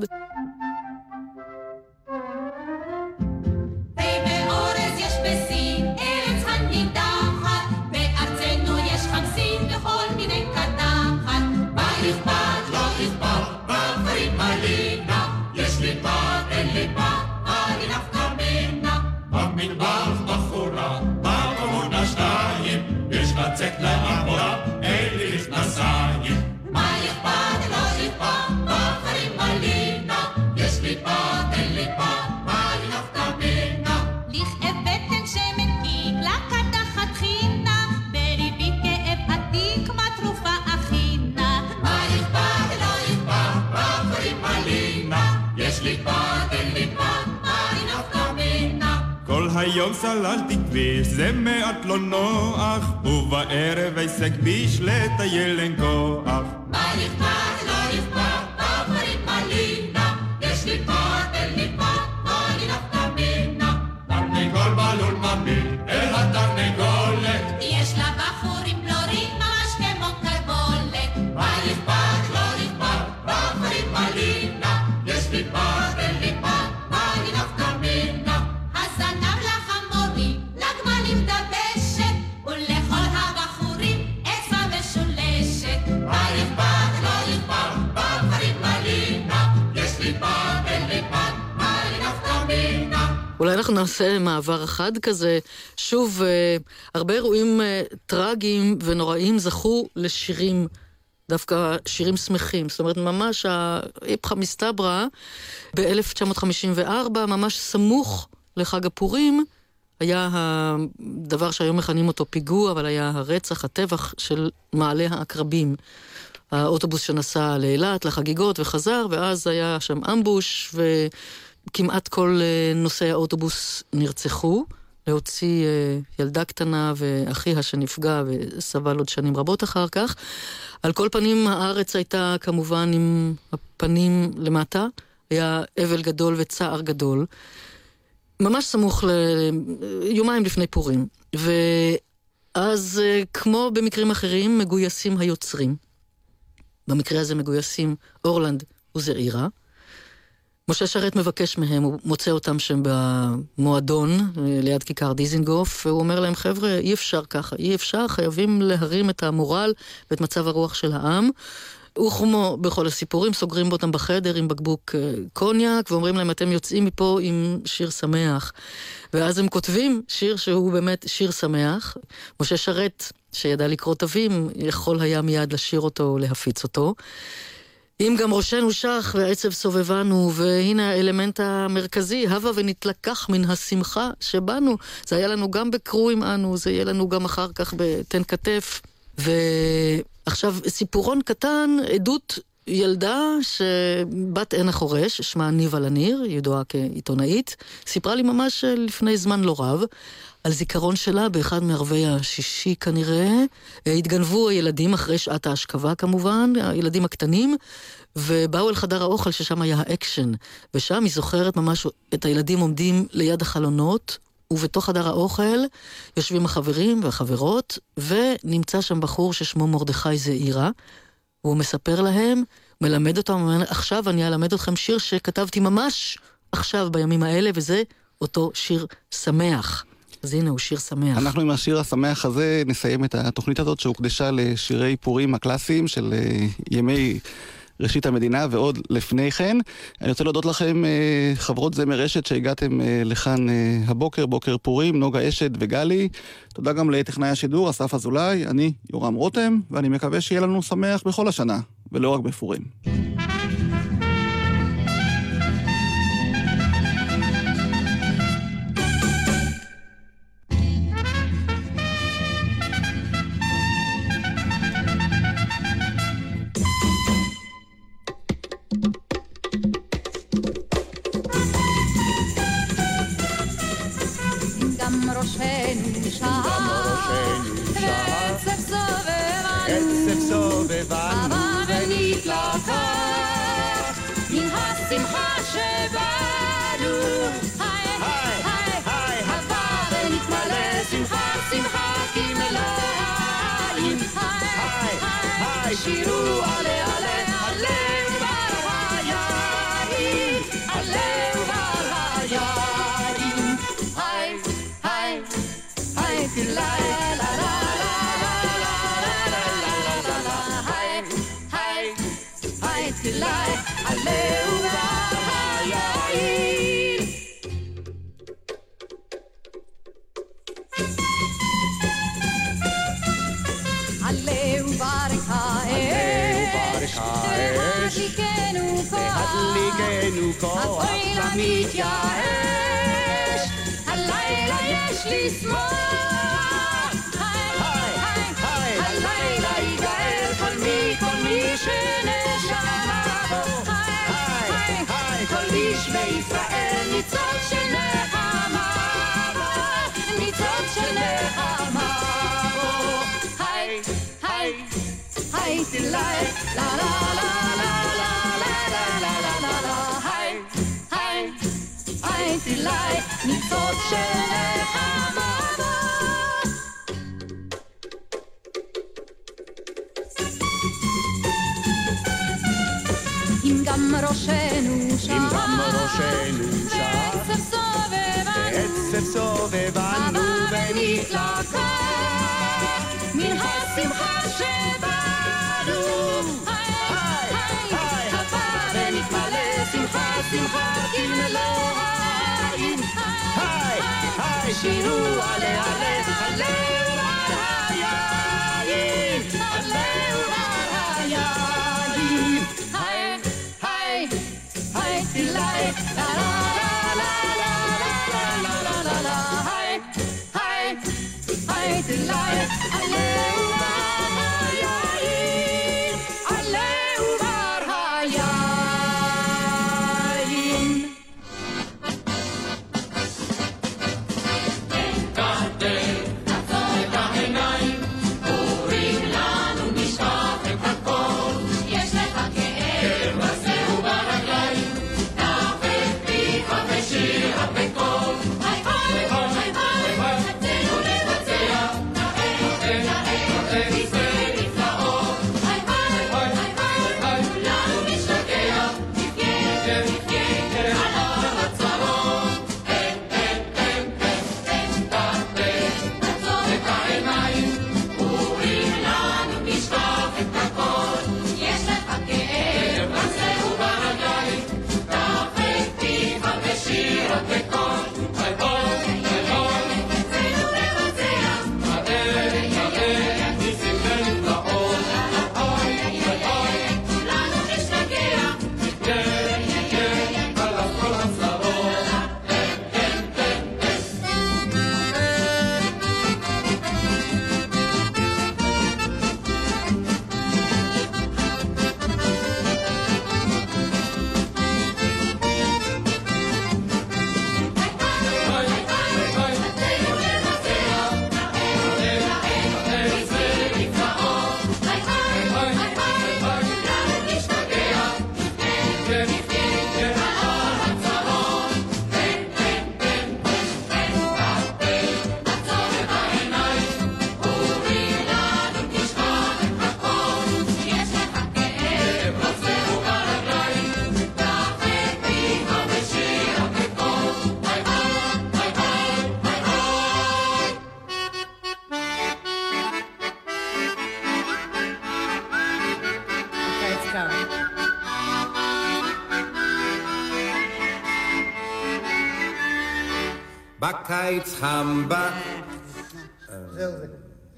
N: לצאת לעבודה, אין לי מכנסיים. מה אכפת, לא אכפת, בחרים מלינה. יש לי פת, אין לי פת, מה לי נפקא מינה.
B: לכאב בטן שמתיק, לקדחת חינה. בליבי כאב עתיק, מה תרופה אכינה.
N: מה אכפת, לא אכפת, בחרים מלינה. יש לי פת, אין לי פת, מה לי נפקא מינה.
O: כל היום סללתי כביש, זה מעט לא נוח, ובערב הישג ביש לטייל אין כוח.
N: מה אכפת, לא אכפת, בחרים מלינה. יש לי פת, אין לי פת, מה לי נפקא מינה. תרנגול בלול מביט אל התרנגולת.
B: יש לה בחורים בלורים, ממש כמו קרבולת.
N: מה אכפת, לא אכפת, בחרים מלינה. יש לי פת, אין לי פת, מה לי נפקא מינה.
B: הזנב לחמורים, לגמלים דבשת, ולכל הבחורים אצבע משולשת.
N: מה אכפת, לא אכפת, בחרים מלינה. יש לי פת, אין לי פת, מה לי נפקא מינה.
D: אולי אנחנו נעשה מעבר אחד כזה. שוב, אה, הרבה אירועים אה, טרגיים ונוראים זכו לשירים, דווקא שירים שמחים. זאת אומרת, ממש האיפכא מסתברא, ב-אלף תשע מאות חמישים וארבע, ממש סמוך לחג הפורים, היה הדבר שהיום מכנים אותו פיגוע, אבל היה הרצח, הטבח של מעלה העקרבים. האוטובוס שנסע לאילת, לחגיגות וחזר, ואז היה שם אמבוש, וכמעט כל נוסעי האוטובוס נרצחו, להוציא ילדה קטנה ואחיה שנפגע וסבל עוד שנים רבות אחר כך. על כל פנים הארץ הייתה כמובן עם הפנים למטה, היה אבל גדול וצער גדול, ממש סמוך ליומיים לפני פורים. ואז כמו במקרים אחרים מגויסים היוצרים. במקרה הזה מגויסים אורלנד וזעירה. משה שרת מבקש מהם, הוא מוצא אותם שם במועדון, ליד כיכר דיזינגוף, והוא אומר להם, חבר'ה, אי אפשר ככה, אי אפשר, חייבים להרים את המורל ואת מצב הרוח של העם. וכמו בכל הסיפורים, סוגרים אותם בחדר עם בקבוק קוניאק, ואומרים להם, אתם יוצאים מפה עם שיר שמח. ואז הם כותבים שיר שהוא באמת שיר שמח. משה שרת, שידע לקרוא תווים, יכול היה מיד לשיר אותו, להפיץ אותו. אם גם ראשנו שח והעצב סובבנו, והנה האלמנט המרכזי, הווה ונתלקח מן השמחה שבנו. זה היה לנו גם בקרואים אנו, זה יהיה לנו גם אחר כך בתן כתף. ועכשיו סיפורון קטן, עדות ילדה שבת עין החורש, שמה ניבה לניר, ידועה כעיתונאית, סיפרה לי ממש לפני זמן לא רב, על זיכרון שלה באחד מערבי השישי כנראה. התגנבו הילדים אחרי שעת ההשכבה כמובן, הילדים הקטנים, ובאו אל חדר האוכל ששם היה האקשן, ושם היא זוכרת ממש את הילדים עומדים ליד החלונות, ובתוך חדר האוכל יושבים החברים והחברות, ונמצא שם בחור ששמו מרדכי זעירה, והוא מספר להם, מלמד אותם, עכשיו אני אלמד אתכם שיר שכתבתי ממש עכשיו בימים האלה, וזה אותו שיר שמח. אז הנה הוא שיר שמח. אנחנו
C: עם השיר השמח הזה נסיים את התוכנית הזאת שהוקדשה לשירי פורים הקלאסיים של ימי ראשית המדינה ועוד לפני כן. אני רוצה להודות לכם, חברות זמר רשת, שהגעתם לכאן הבוקר, בוקר פורים, נוגה אשת וגלי. תודה גם לטכנאי השידור, אסף אזולאי, אני יורם רותם, ואני מקווה שיהיה לנו שמח בכל השנה, ולא רק בפורים.
N: מן השמחה שבנו,
J: שירו עלה עלה עלה ובר היין עלה ובר היין היי היי היי תילי לה לה לה לה לה לה לה לה היי היי היי תילי עלה ובר היין עלה ובר האש והדליקנו כוח הלילה מתייאש הלילה יש לשמוח הלילה יגאל כל מי כל מי שנשמה בו כל איש בישראל ניצוץ של נחמה בו ניצוץ של נחמה בו היי היי היי תילי לה לה לה לה לה לה לה לה לה לה היי היי היי תילי ניצוץ של נחמה בו אם גם ראשנו שם
I: אם גם ראשנו שם
J: ועצב סובבנו
I: ועצב סובבנו
J: ונתלקה מן השמחה שבנו היי היי הפה ונתמלא שמחה שמחה כמלוא העין היי היי שירו עלה עלה עלה ובר היין עלה ובר היין היי היי היי תילי לה לה לה לה לה לה לה לה לה היי היי היי תילי עלה ובר היין עלה ובר היין
N: קטל, עצור את העיניים, פורים לנו נשכח את הכל. יש לך כאב בזהו ברגליים, תפת פיך ושיר בקול. היי היי היי היי, רצינו לבצע, נאה נאה נפלא נפלאות. היי היי היי היי, כולנו נשתגע, נחיה נחיה על הצרות. אין אין אין אין קטל, עצור את העיניים, פורים לנו נשכח את הכל. יש לך כאב בזהו ברגליים, תפת פיך ושיר בקול. היי היי היי היי, רצינו לבצע, נאה נאה ניסים ונפלאות. היי היי היי, כולנו נשתגע, נחיה נחיה על כל הצרות. אין אין אין
P: בקיץ חם ב...
F: זהו זה.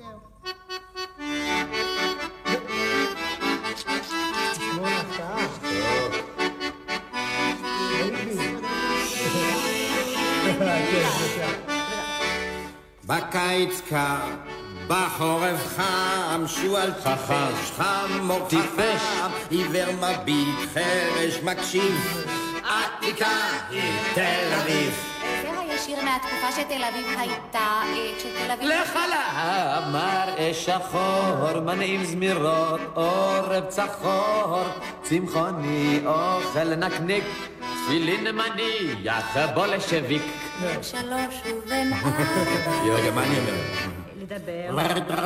P: בקיץ קר, בחורף חם, שועל טיפש, חמור חכם, עיוור מביט, חרש מקשיב, עתיקה היא תל אביב.
Q: זה היה שיר מהתקופה שתל אביב הייתה, כשתל אביב...
R: לחלה מראה שחור, מנעים זמירות, עורב צחור, צמחוני אוכל נקניק, תפילין מניח בולשביק.
Q: שלוש ובן ארבע.
P: רגע, מה אני אומר?
N: לדבר,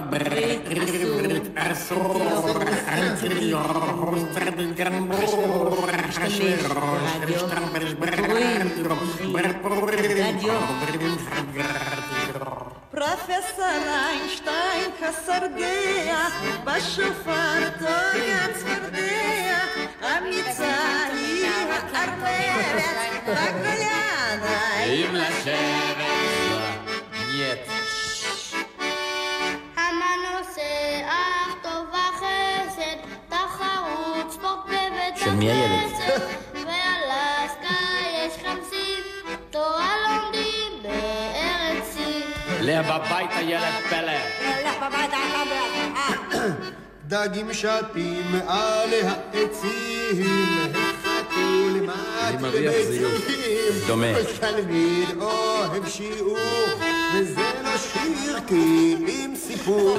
N: אסור, להשתמש ברדיו,
G: פרופסור איינשטיין חסרדיה, בשופרתו גם צפרדיה, אמיצה היא הארמרת, בגולנה.
R: אם לשבת, נייט.
B: המנוסח טוב וחסד, תחרות ספורט בבית
R: של מי הילד?
B: באלסקה יש חמסים, תורה לומדים בארץ סין.
R: לך בבית הילד פלא.
G: לך בבית הילד.
F: דגים שטים מעל העצים, חתול למט בביצים.
R: דומה.
F: תלמיד אוהב שיעור, וזה לא שיר כי עם סיפור.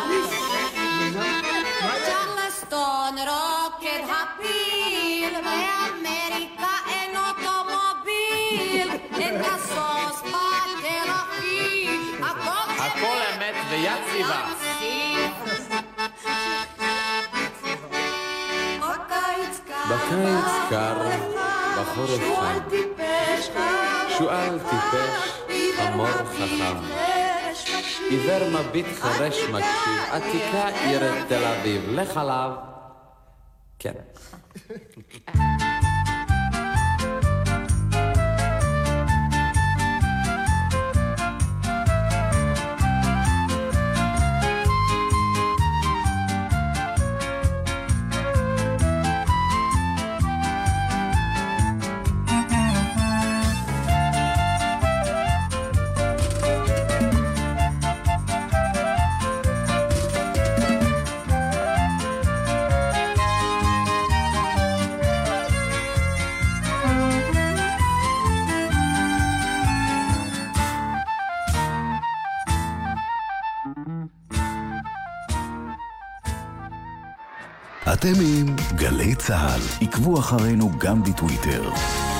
J: צ'רלסטון רוקד הפיל, באמריקה אין אוטומוביל, אין כסוס בתל אביב,
R: הכל אמת ויד סיבה. בקיץ קר, בחורף חם, שועל טיפש, חמור חכם, עיוור מביט חרש מקשיב, עתיקה עיר תל אביב, לך עליו. כן.
S: אתם עם גלי צהל, עקבו אחרינו גם בטוויטר.